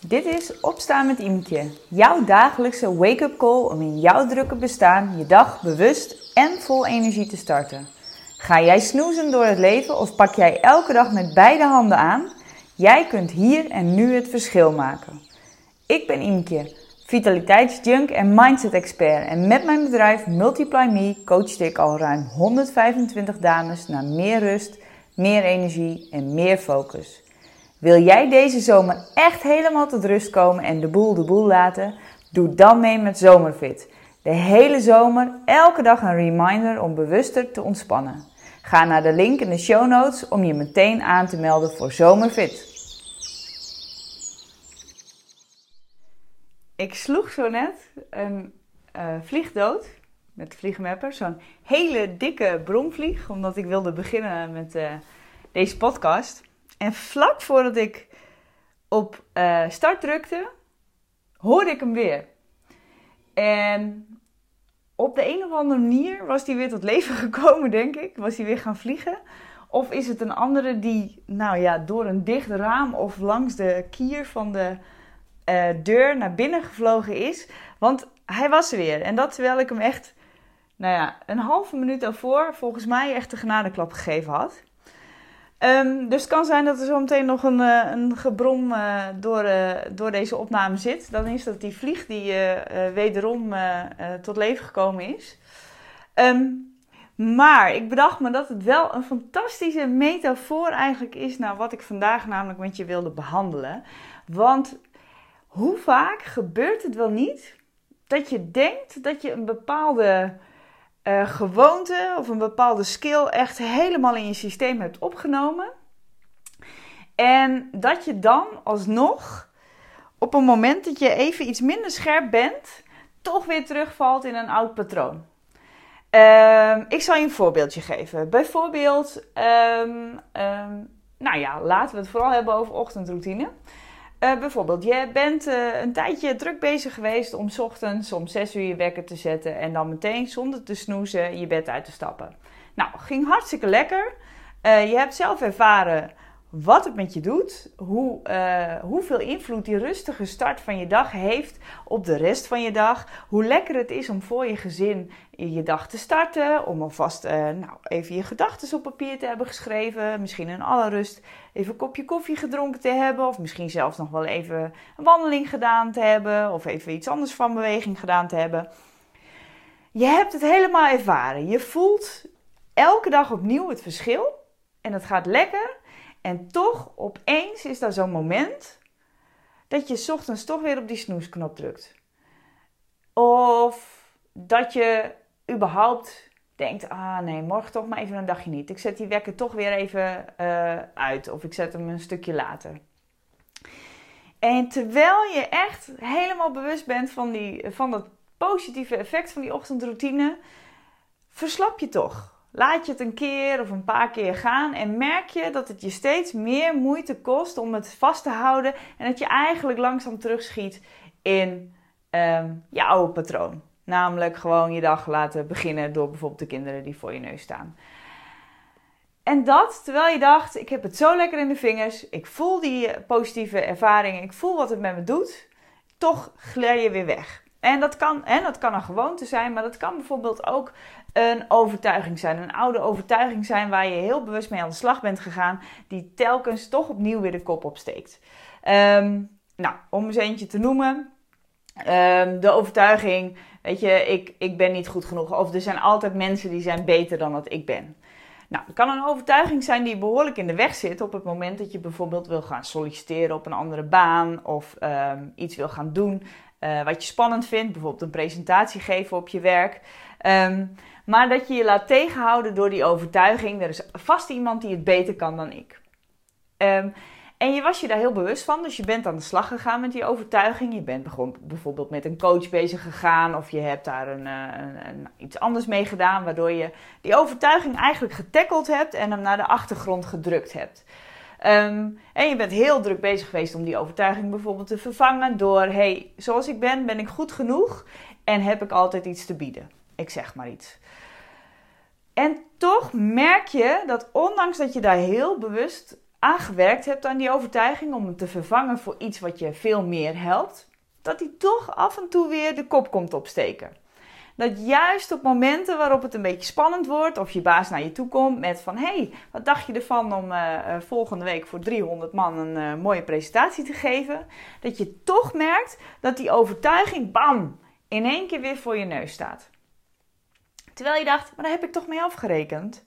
Dit is Opstaan met Imke, jouw dagelijkse wake-up call om in jouw drukke bestaan je dag bewust en vol energie te starten. Ga jij snoezen door het leven of pak jij elke dag met beide handen aan? Jij kunt hier en nu het verschil maken. Ik ben Imke, vitaliteitsjunk en mindset expert en met mijn bedrijf Multiply Me coachte ik al ruim 125 dames naar meer rust, meer energie en meer focus. Wil jij deze zomer echt helemaal tot rust komen en de boel laten? Doe dan mee met Zomerfit. De hele zomer, elke dag een reminder om bewuster te ontspannen. Ga naar de link in de show notes om je meteen aan te melden voor Zomerfit. Ik sloeg zo net een vlieg dood met Vliegmapper. Zo'n hele dikke bromvlieg, omdat ik wilde beginnen met deze podcast. En vlak voordat ik op start drukte, hoorde ik hem weer. En op de een of andere manier was hij weer tot leven gekomen, denk ik. Was hij weer gaan vliegen. Of is het een andere die door een dicht raam of langs de kier van de deur naar binnen gevlogen is. Want hij was er weer. En dat terwijl ik hem echt een halve minuut daarvoor volgens mij echt de genadeklap gegeven had. Dus het kan zijn dat er zo meteen nog een gebrom door deze opname zit. Dan is dat die vlieg die wederom tot leven gekomen is. Maar ik bedacht me dat het wel een fantastische metafoor eigenlijk is naar wat ik vandaag namelijk met je wilde behandelen. Want hoe vaak gebeurt het wel niet dat je denkt dat je een bepaalde gewoonte of een bepaalde skill echt helemaal in je systeem hebt opgenomen. En dat je dan alsnog op een moment dat je even iets minder scherp bent, toch weer terugvalt in een oud patroon. Ik zal je een voorbeeldje geven. Bijvoorbeeld, laten we het vooral hebben over ochtendroutine. Bijvoorbeeld, je bent een tijdje druk bezig geweest om 's ochtends om 6 uur je wekker te zetten en dan meteen zonder te snoezen je bed uit te stappen. Nou, ging hartstikke lekker. Je hebt zelf ervaren wat het met je doet, hoeveel invloed die rustige start van je dag heeft op de rest van je dag. Hoe lekker het is om voor je gezin je dag te starten, om alvast even je gedachten op papier te hebben geschreven. Misschien in alle rust even een kopje koffie gedronken te hebben, of misschien zelfs nog wel even een wandeling gedaan te hebben, of even iets anders van beweging gedaan te hebben. Je hebt het helemaal ervaren. Je voelt elke dag opnieuw het verschil en het gaat lekker. En toch opeens is daar zo'n moment dat je 's ochtends toch weer op die snoesknop drukt. Of dat je überhaupt denkt, morgen toch maar even een dagje niet. Ik zet die wekker toch weer even uit of ik zet hem een stukje later. En terwijl je echt helemaal bewust bent van dat positieve effect van die ochtendroutine, verslap je toch. Laat je het een keer of een paar keer gaan en merk je dat het je steeds meer moeite kost om het vast te houden en dat je eigenlijk langzaam terugschiet in je oude patroon. Namelijk gewoon je dag laten beginnen door bijvoorbeeld de kinderen die voor je neus staan. En dat terwijl je dacht, ik heb het zo lekker in de vingers, ik voel die positieve ervaringen, ik voel wat het met me doet, toch glij je weer weg. En dat kan een gewoonte zijn, maar dat kan bijvoorbeeld ook een overtuiging zijn. Een oude overtuiging zijn waar je heel bewust mee aan de slag bent gegaan, die telkens toch opnieuw weer de kop opsteekt. Om eens eentje te noemen. De overtuiging, weet je, ik ben niet goed genoeg. Of er zijn altijd mensen die zijn beter dan dat ik ben. Nou, het kan een overtuiging zijn die behoorlijk in de weg zit op het moment dat je bijvoorbeeld wil gaan solliciteren op een andere baan of iets wil gaan doen wat je spannend vindt, bijvoorbeeld een presentatie geven op je werk. Maar dat je je laat tegenhouden door die overtuiging, er is vast iemand die het beter kan dan ik. En je was je daar heel bewust van, dus je bent aan de slag gegaan met die overtuiging. Je bent bijvoorbeeld met een coach bezig gegaan of je hebt daar iets anders mee gedaan, waardoor je die overtuiging eigenlijk getackeld hebt en hem naar de achtergrond gedrukt hebt. En je bent heel druk bezig geweest om die overtuiging bijvoorbeeld te vervangen door, zoals ik ben ik goed genoeg en heb ik altijd iets te bieden. Ik zeg maar iets. En toch merk je dat ondanks dat je daar heel bewust aangewerkt hebt aan die overtuiging om hem te vervangen voor iets wat je veel meer helpt, dat hij toch af en toe weer de kop komt opsteken. Dat juist op momenten waarop het een beetje spannend wordt, of je baas naar je toe komt met van, hey, wat dacht je ervan om volgende week voor 300 man een mooie presentatie te geven, dat je toch merkt dat die overtuiging, bam, in één keer weer voor je neus staat. Terwijl je dacht, maar daar heb ik toch mee afgerekend.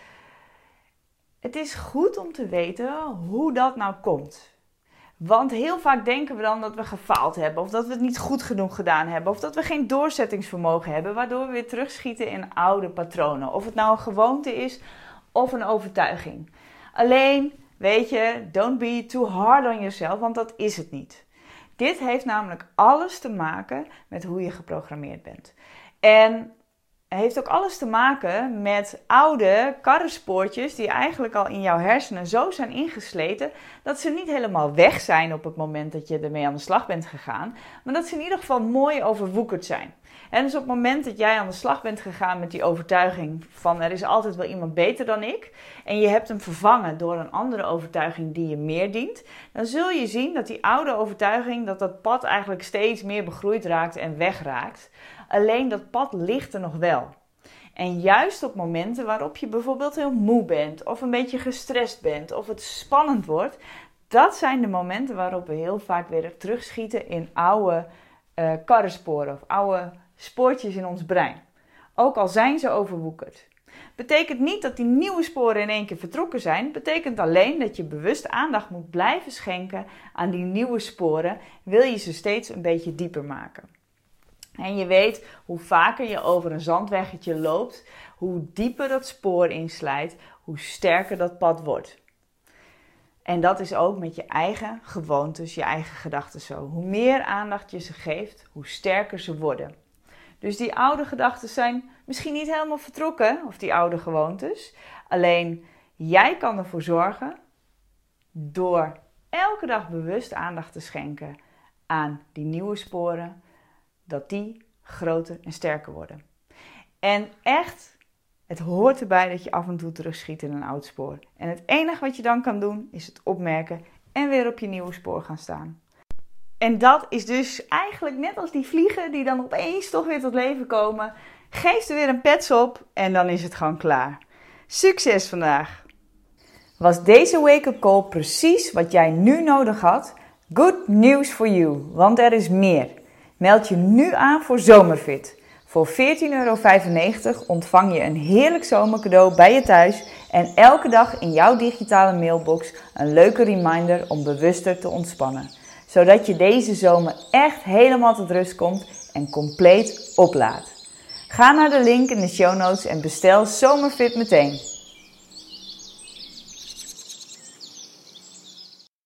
Het is goed om te weten hoe dat nou komt. Want heel vaak denken we dan dat we gefaald hebben, of dat we het niet goed genoeg gedaan hebben, of dat we geen doorzettingsvermogen hebben, waardoor we weer terugschieten in oude patronen. Of het nou een gewoonte is of een overtuiging. Alleen, weet je, don't be too hard on yourself, want dat is het niet. Dit heeft namelijk alles te maken met hoe je geprogrammeerd bent. En het heeft ook alles te maken met oude karrenspoortjes die eigenlijk al in jouw hersenen zo zijn ingesleten dat ze niet helemaal weg zijn op het moment dat je ermee aan de slag bent gegaan, maar dat ze in ieder geval mooi overwoekerd zijn. En dus op het moment dat jij aan de slag bent gegaan met die overtuiging van er is altijd wel iemand beter dan ik en je hebt hem vervangen door een andere overtuiging die je meer dient, dan zul je zien dat die oude overtuiging, dat pad eigenlijk steeds meer begroeid raakt en wegraakt. Alleen dat pad ligt er nog wel. En juist op momenten waarop je bijvoorbeeld heel moe bent of een beetje gestrest bent of het spannend wordt, dat zijn de momenten waarop we heel vaak weer terugschieten in oude karrensporen of oude spoortjes in ons brein. Ook al zijn ze overwoekerd. Betekent niet dat die nieuwe sporen in één keer vertrokken zijn. Betekent alleen dat je bewust aandacht moet blijven schenken aan die nieuwe sporen. Wil je ze steeds een beetje dieper maken. En je weet, hoe vaker je over een zandweggetje loopt, hoe dieper dat spoor inslijt, hoe sterker dat pad wordt. En dat is ook met je eigen gewoontes, je eigen gedachten zo. Hoe meer aandacht je ze geeft, hoe sterker ze worden. Dus die oude gedachten zijn misschien niet helemaal vertrokken, of die oude gewoontes. Alleen jij kan ervoor zorgen door elke dag bewust aandacht te schenken aan die nieuwe sporen, dat die groter en sterker worden. En echt, het hoort erbij dat je af en toe terugschiet in een oud spoor. En het enige wat je dan kan doen, is het opmerken en weer op je nieuwe spoor gaan staan. En dat is dus eigenlijk net als die vliegen die dan opeens toch weer tot leven komen. Geef er weer een pets op en dan is het gewoon klaar. Succes vandaag! Was deze wake-up call precies wat jij nu nodig had? Good news for you, want er is meer. Meld je nu aan voor Zomerfit. Voor €14,95 ontvang je een heerlijk zomercadeau bij je thuis en elke dag in jouw digitale mailbox een leuke reminder om bewuster te ontspannen. Zodat je deze zomer echt helemaal tot rust komt en compleet oplaadt. Ga naar de link in de show notes en bestel Zomerfit meteen.